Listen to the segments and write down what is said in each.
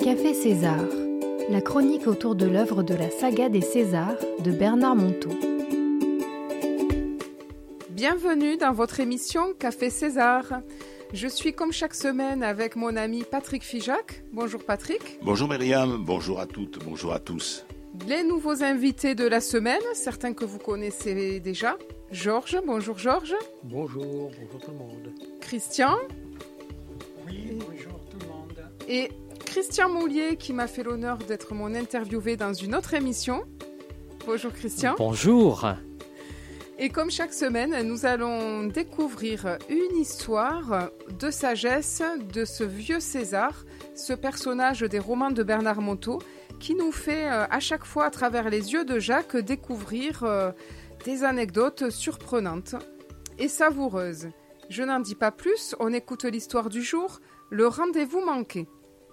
Café César, la chronique autour de l'œuvre de la saga des Césars de Bernard Monteau. Bienvenue dans votre émission Café César. Je suis comme chaque semaine avec mon ami Patrick Figeac. Bonjour Patrick. Bonjour Myriam, bonjour à toutes, bonjour à tous. Les nouveaux invités de la semaine, certains que vous connaissez déjà. Georges, bonjour Georges. Bonjour tout le monde. Christian. Oui, bonjour tout le monde. Et Christian Moulier qui m'a fait l'honneur d'être mon interviewé dans une autre émission. Bonjour Christian. Bonjour. Et comme chaque semaine, nous allons découvrir une histoire de sagesse de ce vieux César, ce personnage des romans de Bernard Monteau, qui nous fait à chaque fois, à travers les yeux de Jacques, découvrir des anecdotes surprenantes et savoureuses. Je n'en dis pas plus, on écoute l'histoire du jour, le rendez-vous manqué.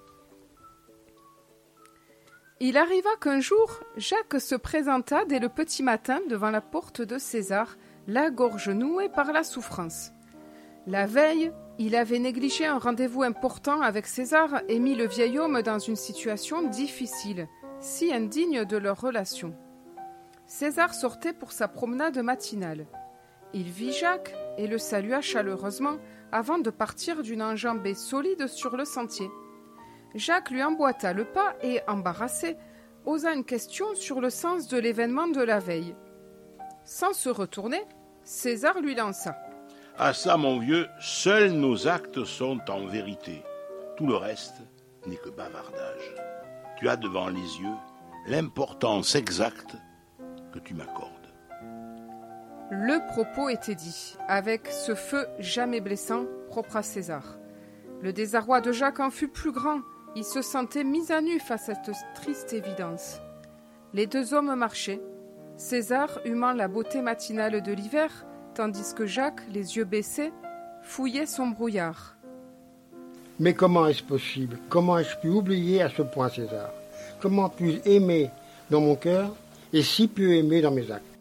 Il arriva qu'un jour, Jacques se présenta dès le petit matin devant la porte de César, la gorge nouée par la souffrance. La veille, il avait négligé un rendez-vous important avec César et mis le vieil homme dans une situation difficile, si indigne de leur relation. César sortait pour sa promenade matinale. Il vit Jacques et le salua chaleureusement avant de partir d'une enjambée solide sur le sentier. Jacques lui emboîta le pas et, embarrassé, osa une question sur le sens de l'événement de la veille. Sans se retourner, César lui lança. « Ah ça, mon vieux, seuls nos actes sont en vérité. Tout le reste n'est que bavardage. Tu as devant les yeux l'importance exacte que tu m'accordes. » Le propos était dit, avec ce feu jamais blessant propre à César. Le désarroi de Jacques en fut plus grand. Il se sentait mis à nu face à cette triste évidence. Les deux hommes marchaient, César humant la beauté matinale de l'hiver, tandis que Jacques, les yeux baissés, fouillait son brouillard. Mais comment est-ce possible? Comment ai-je pu oublier à ce point César? Comment puis-je aimer dans mon cœur et si peu aimer dans mes actes?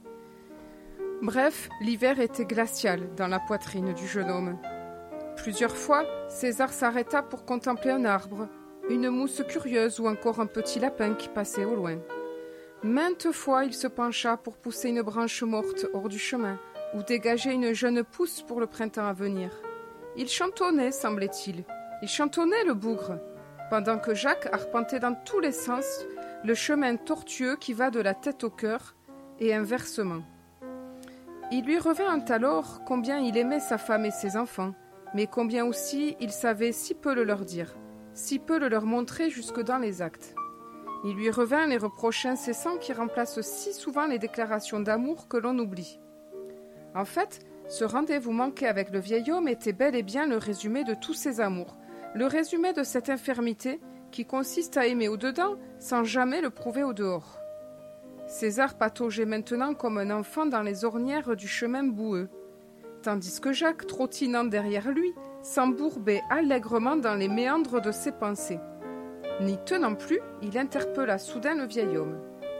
Bref, l'hiver était glacial dans la poitrine du jeune homme. Plusieurs fois, César s'arrêta pour contempler un arbre, une mousse curieuse ou encore un petit lapin qui passait au loin. Maintes fois, il se pencha pour pousser une branche morte hors du chemin ou dégager une jeune pousse pour le printemps à venir. Il chantonnait, semblait-il. Il chantonnait le bougre, pendant que Jacques arpentait dans tous les sens le chemin tortueux qui va de la tête au cœur et inversement. Il lui revint alors combien il aimait sa femme et ses enfants, mais combien aussi il savait si peu le leur dire, si peu le leur montrer jusque dans les actes. Il lui revint les reproches incessants qui remplacent si souvent les déclarations d'amour que l'on oublie. En fait, ce rendez-vous manqué avec le vieil homme était bel et bien le résumé de tous ses amours, le résumé de cette infirmité qui consiste à aimer au-dedans sans jamais le prouver au-dehors. César pataugeait maintenant comme un enfant dans les ornières du chemin boueux, tandis que Jacques, trottinant derrière lui, s'embourbait allègrement dans les méandres de ses pensées. N'y tenant plus, il interpella soudain le vieil homme.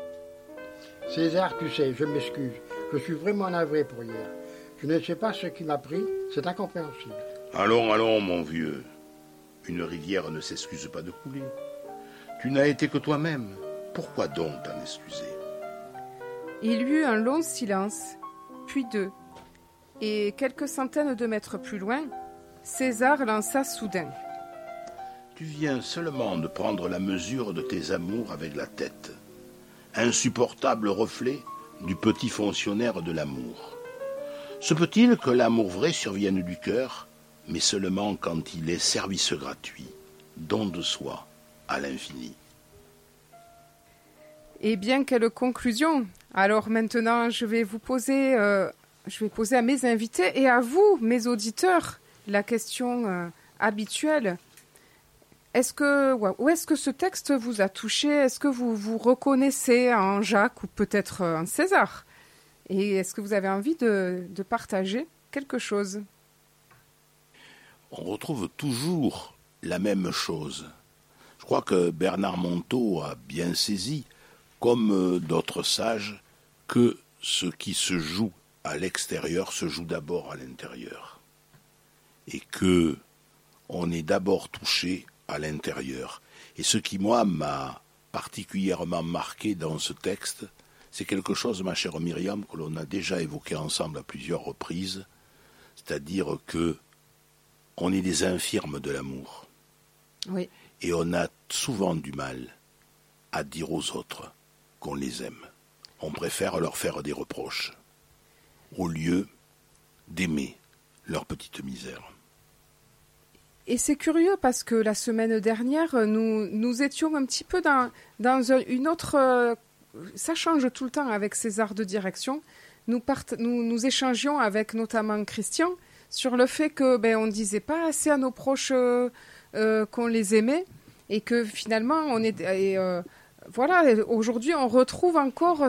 « César, tu sais, je m'excuse. Je suis vraiment navré pour hier. Je ne sais pas ce qui m'a pris, c'est incompréhensible. » Allons, mon vieux. Une rivière ne s'excuse pas de couler. Tu n'as été que toi-même. Pourquoi donc t'en excuser? Il y eut un long silence, puis deux. Et quelques centaines de mètres plus loin, César lança soudain. « Tu viens seulement de prendre la mesure de tes amours avec la tête. Insupportable reflet du petit fonctionnaire de l'amour. Se peut-il que l'amour vrai survienne du cœur, mais seulement quand il est service gratuit, don de soi à l'infini. » Eh bien, quelle conclusion! Alors maintenant, je vais poser à mes invités et à vous, mes auditeurs, la question habituelle. Où est-ce que ce texte vous a touché? Est-ce que vous vous reconnaissez en Jacques ou peut-être en César? Et est-ce que vous avez envie de partager quelque chose? On retrouve toujours la même chose. Je crois que Bernard Monteau a bien saisi, comme d'autres sages, que ce qui se joue à l'extérieur se joue d'abord à l'intérieur. Et que on est d'abord touché à l'intérieur. Et ce qui, moi, m'a particulièrement marqué dans ce texte, c'est quelque chose, ma chère Myriam, que l'on a déjà évoqué ensemble à plusieurs reprises, c'est-à-dire que on est des infirmes de l'amour. Oui. Et on a souvent du mal à dire aux autres qu'on les aime. On préfère leur faire des reproches au lieu d'aimer leur petite misère. Et c'est curieux parce que la semaine dernière, nous étions un petit peu dans une autre... ça change tout le temps avec ces arts de direction. Nous échangions avec notamment Christian sur le fait que on ne disait pas assez à nos proches qu'on les aimait et que finalement on est... voilà, aujourd'hui on retrouve encore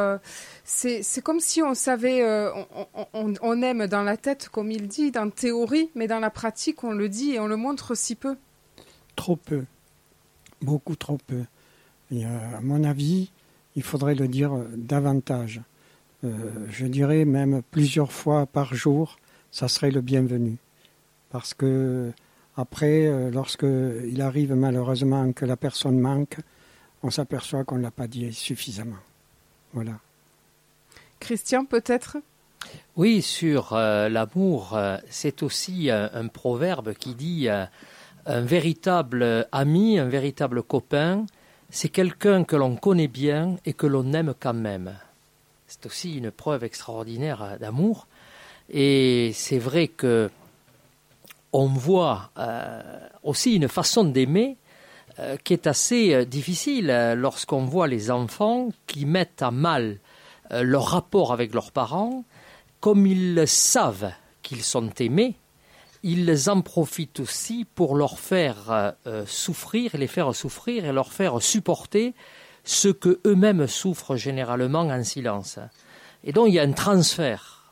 c'est comme si on savait, on aime dans la tête, comme il dit, dans théorie, mais dans la pratique, on le dit et on le montre si peu. Trop peu. Beaucoup trop peu. Et à mon avis, il faudrait le dire davantage. Je dirais même plusieurs fois par jour, ça serait le bienvenu. Parce que après, lorsqu'il arrive malheureusement que la personne manque, on s'aperçoit qu'on ne l'a pas dit suffisamment. Voilà. Christian, peut-être ? Oui, sur l'amour, c'est aussi un proverbe qui dit un véritable ami, un véritable copain, c'est quelqu'un que l'on connaît bien et que l'on aime quand même. C'est aussi une preuve extraordinaire d'amour. Et c'est vrai que on voit aussi une façon d'aimer qui est assez difficile lorsqu'on voit les enfants qui mettent à mal leur rapport avec leurs parents. Comme ils savent qu'ils sont aimés, ils en profitent aussi pour leur faire souffrir, les faire souffrir et leur faire supporter ce que eux-mêmes souffrent généralement en silence. Et donc il y a un transfert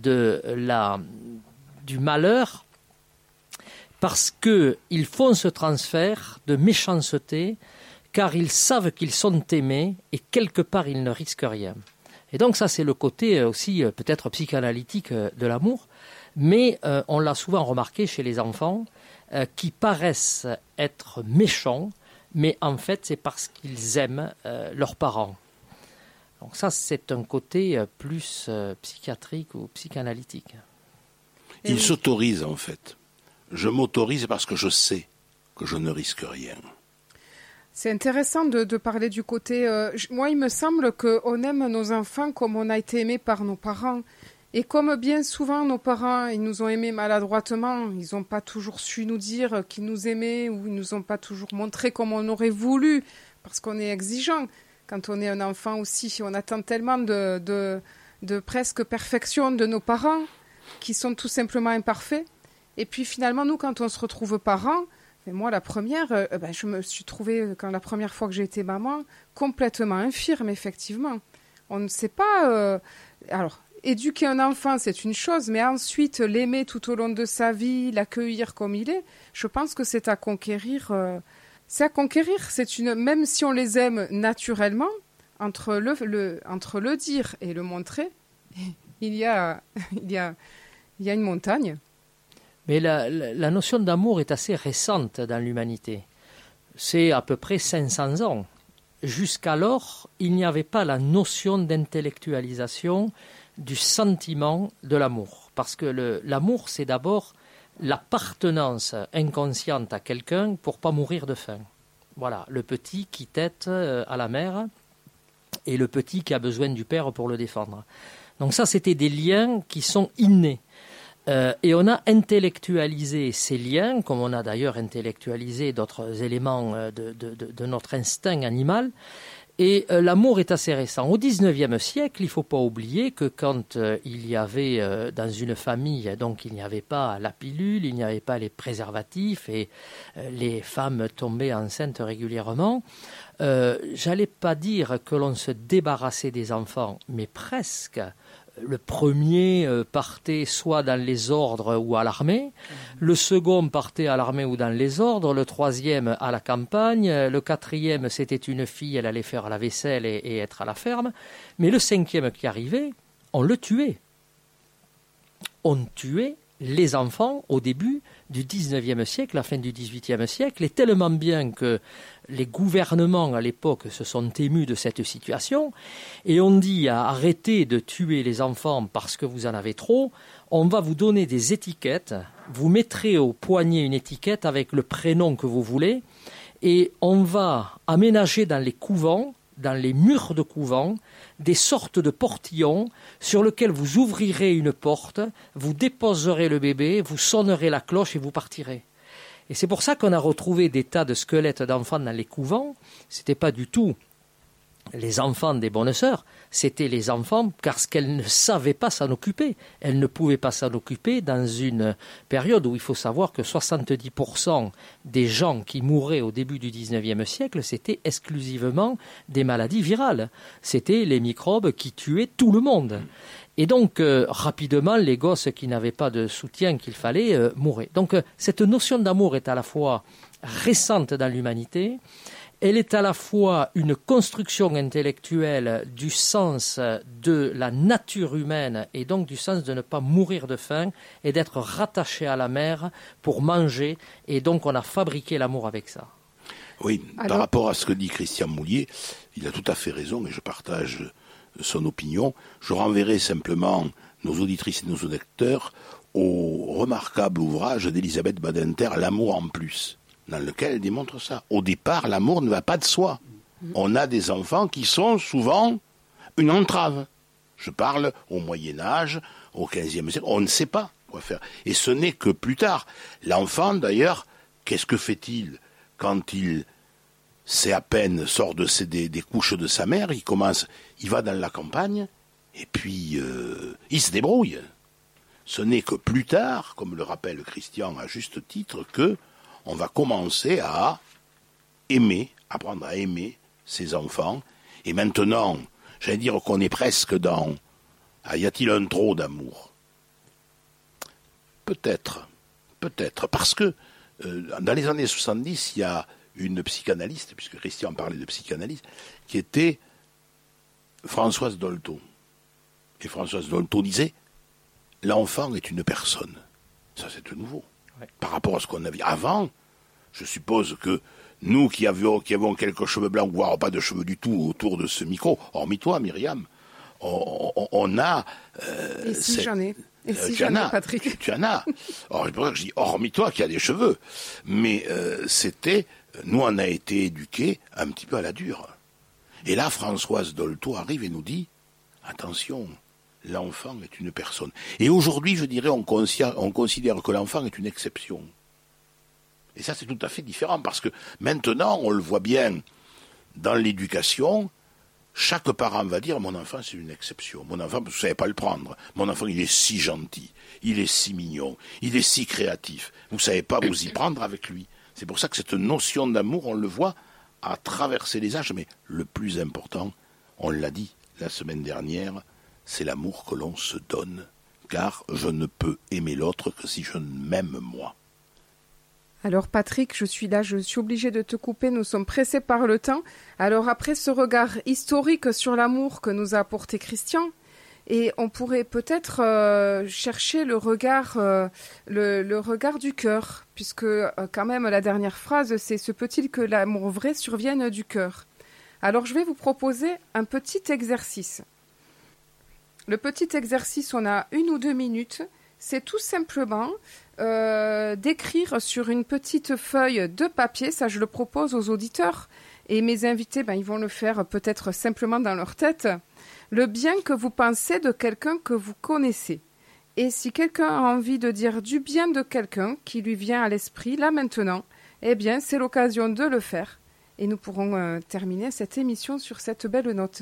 du malheur parce qu'ils font ce transfert de méchanceté car ils savent qu'ils sont aimés et quelque part ils ne risquent rien. Et donc ça c'est le côté aussi peut-être psychanalytique de l'amour, mais on l'a souvent remarqué chez les enfants qui paraissent être méchants, mais en fait c'est parce qu'ils aiment leurs parents. Donc ça c'est un côté plus psychiatrique ou psychanalytique. Ils s'autorisent en fait. Je m'autorise parce que je sais que je ne risque rien. C'est intéressant de parler du côté... moi, il me semble qu'on aime nos enfants comme on a été aimé par nos parents. Et comme bien souvent, nos parents, ils nous ont aimés maladroitement. Ils n'ont pas toujours su nous dire qu'ils nous aimaient ou ils nous ont pas toujours montré comme on aurait voulu. Parce qu'on est exigeant. Quand on est un enfant aussi, on attend tellement de presque perfection de nos parents qui sont tout simplement imparfaits. Et puis finalement, nous, quand on se retrouve parents... Et moi, la première, je me suis trouvée, quand la première fois que j'ai été maman, complètement infirme, effectivement. On ne sait pas... alors, éduquer un enfant, c'est une chose, mais ensuite, l'aimer tout au long de sa vie, l'accueillir comme il est, je pense que c'est à conquérir. C'est à conquérir. Même si on les aime naturellement, entre le dire et le montrer, il y a une montagne. Mais la notion d'amour est assez récente dans l'humanité. C'est à peu près 500 ans. Jusqu'alors, il n'y avait pas la notion d'intellectualisation du sentiment de l'amour. Parce que l'amour, c'est d'abord l'appartenance inconsciente à quelqu'un pour ne pas mourir de faim. Voilà, le petit qui tète à la mère et le petit qui a besoin du père pour le défendre. Donc ça, c'était des liens qui sont innés. Et on a intellectualisé ces liens, comme on a d'ailleurs intellectualisé d'autres éléments de notre instinct animal. Et l'amour est assez récent. Au XIXe siècle, il ne faut pas oublier que quand il y avait dans une famille, donc il n'y avait pas la pilule, il n'y avait pas les préservatifs et les femmes tombaient enceintes régulièrement, j'allais pas dire que l'on se débarrassait des enfants, mais presque. Le premier partait soit dans les ordres ou à l'armée, le second partait à l'armée ou dans les ordres, le troisième à la campagne, le quatrième c'était une fille, elle allait faire la vaisselle et être à la ferme, mais le cinquième qui arrivait, on le tuait. On tuait les enfants au début du XIXe siècle, la fin du XVIIIe siècle, et tellement bien que les gouvernements à l'époque se sont émus de cette situation et ont dit arrêtez de tuer les enfants parce que vous en avez trop, on va vous donner des étiquettes, vous mettrez au poignet une étiquette avec le prénom que vous voulez et on va aménager dans les couvents, dans les murs de couvent, des sortes de portillons sur lesquels vous ouvrirez une porte, vous déposerez le bébé, vous sonnerez la cloche et vous partirez. Et c'est pour ça qu'on a retrouvé des tas de squelettes d'enfants dans les couvents. Ce n'était pas du tout les enfants des bonnes sœurs, c'était les enfants parce qu'elles ne savaient pas s'en occuper. Elles ne pouvaient pas s'en occuper dans une période où il faut savoir que 70% des gens qui mouraient au début du XIXe siècle, c'était exclusivement des maladies virales. C'était les microbes qui tuaient tout le monde. Et donc, rapidement, les gosses qui n'avaient pas de soutien qu'il fallait mouraient. Donc, cette notion d'amour est à la fois récente dans l'humanité. Elle est à la fois une construction intellectuelle du sens de la nature humaine et donc du sens de ne pas mourir de faim et d'être rattaché à la mer pour manger. Et donc on a fabriqué l'amour avec ça. Oui, par rapport à ce que dit Christian Moulier, il a tout à fait raison et je partage son opinion. Je renverrai simplement nos auditrices et nos auditeurs au remarquable ouvrage d'Elisabeth Badinter, L'amour en plus, dans lequel elle démontre ça. Au départ, l'amour ne va pas de soi. On a des enfants qui sont souvent une entrave. Je parle au Moyen-Âge, au XVe siècle, on ne sait pas quoi faire. Et ce n'est que plus tard. L'enfant, d'ailleurs, qu'est-ce que fait-il quand il sait à peine, sort des couches de sa mère, il va dans la campagne, et puis il se débrouille. Ce n'est que plus tard, comme le rappelle Christian à juste titre, que on va commencer à aimer, apprendre à aimer ses enfants. Et maintenant, j'allais dire qu'on est presque dans « y a-t-il un trop d'amour ?» Peut-être, parce que dans les années 70, il y a une psychanalyste, puisque Christian parlait de psychanalyste, qui était Françoise Dolto. Et Françoise Dolto disait « L'enfant est une personne ». Ça, c'est de nouveau. Ouais. Par rapport à ce qu'on avait avant, je suppose que nous qui avons quelques cheveux blancs, voire pas de cheveux du tout autour de ce micro, hormis toi, Myriam, on a... Et si j'en ai. Et si j'en ai, Patrick. Tu en as. Alors, c'est pour ça que je dis hormis toi qui a des cheveux. Mais nous on a été éduqués un petit peu à la dure. Et là, Françoise Dolto arrive et nous dit, attention, l'enfant est une personne. Et aujourd'hui, je dirais, on considère que l'enfant est une exception. Et ça, c'est tout à fait différent, parce que maintenant, on le voit bien dans l'éducation, chaque parent va dire, mon enfant, c'est une exception. Mon enfant, vous ne savez pas le prendre. Mon enfant, il est si gentil, il est si mignon, il est si créatif. Vous ne savez pas vous y prendre avec lui. C'est pour ça que cette notion d'amour, on le voit à traverser les âges. Mais le plus important, on l'a dit la semaine dernière, c'est l'amour que l'on se donne, car je ne peux aimer l'autre que si je m'aime moi. Alors Patrick, je suis obligée de te couper, nous sommes pressés par le temps. Alors après ce regard historique sur l'amour que nous a apporté Christian, et on pourrait peut-être chercher le regard du cœur, puisque quand même la dernière phrase, c'est « se peut-il que l'amour vrai survienne du cœur ?» Alors je vais vous proposer un petit exercice. Le petit exercice, on a 1 ou 2 minutes, c'est tout simplement d'écrire sur une petite feuille de papier, ça je le propose aux auditeurs, et mes invités, ils vont le faire peut-être simplement dans leur tête, le bien que vous pensez de quelqu'un que vous connaissez. Et si quelqu'un a envie de dire du bien de quelqu'un qui lui vient à l'esprit, là maintenant, eh bien c'est l'occasion de le faire, et nous pourrons terminer cette émission sur cette belle note.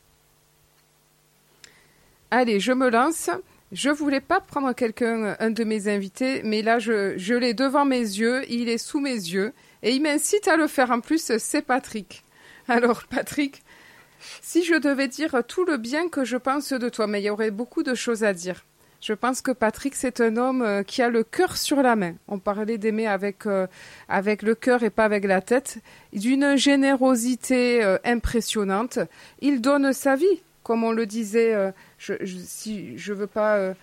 Allez, je me lance. Je voulais pas prendre un de mes invités, mais là, je l'ai devant mes yeux, il est sous mes yeux, et il m'incite à le faire en plus, c'est Patrick. Alors, Patrick, si je devais dire tout le bien que je pense de toi, mais il y aurait beaucoup de choses à dire. Je pense que Patrick, c'est un homme qui a le cœur sur la main. On parlait d'aimer avec le cœur et pas avec la tête. D'une générosité impressionnante. Il donne sa vie. Comme on le disait, si je veux pas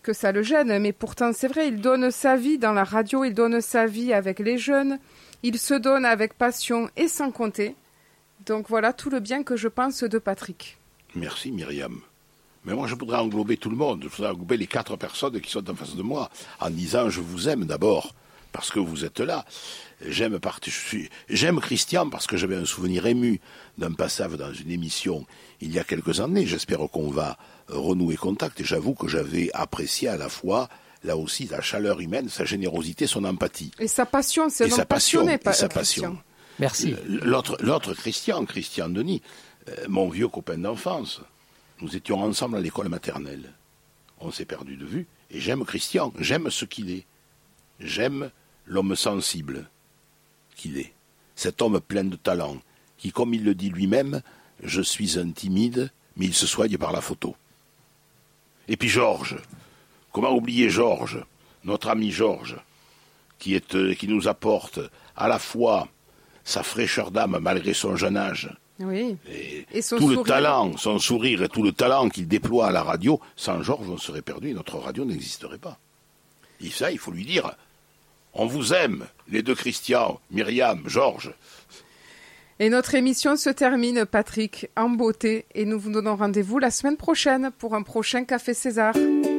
que ça le gêne, mais pourtant c'est vrai, il donne sa vie dans la radio, il donne sa vie avec les jeunes, il se donne avec passion et sans compter. Donc voilà tout le bien que je pense de Patrick. Merci Myriam. Mais moi je voudrais englober tout le monde, je voudrais englober les 4 personnes qui sont en face de moi, en disant je vous aime d'abord, parce que vous êtes là. J'aime Christian parce que j'avais un souvenir ému d'un passage dans une émission il y a quelques années. J'espère qu'on va renouer contact et j'avoue que j'avais apprécié à la fois, là aussi, la chaleur humaine, sa générosité, son empathie. Et sa passion, c'est un homme passionné, Christian. Merci. L'autre Christian Denis, mon vieux copain d'enfance, nous étions ensemble à l'école maternelle. On s'est perdu de vue et j'aime Christian, j'aime ce qu'il est. J'aime l'homme sensible qu'il est, cet homme plein de talent, qui, comme il le dit lui-même, je suis un timide, mais il se soigne par la photo. Et puis Georges, comment oublier Georges, notre ami Georges, qui nous apporte à la fois sa fraîcheur d'âme malgré son jeune âge, oui. Et son tout sourire. Le talent, son sourire et tout le talent qu'il déploie à la radio. Sans Georges, on serait perdu, notre radio n'existerait pas. Et ça, il faut lui dire... On vous aime, les 2 Christian, Myriam, Georges. Et notre émission se termine, Patrick, en beauté. Et nous vous donnons rendez-vous la semaine prochaine pour un prochain Café César.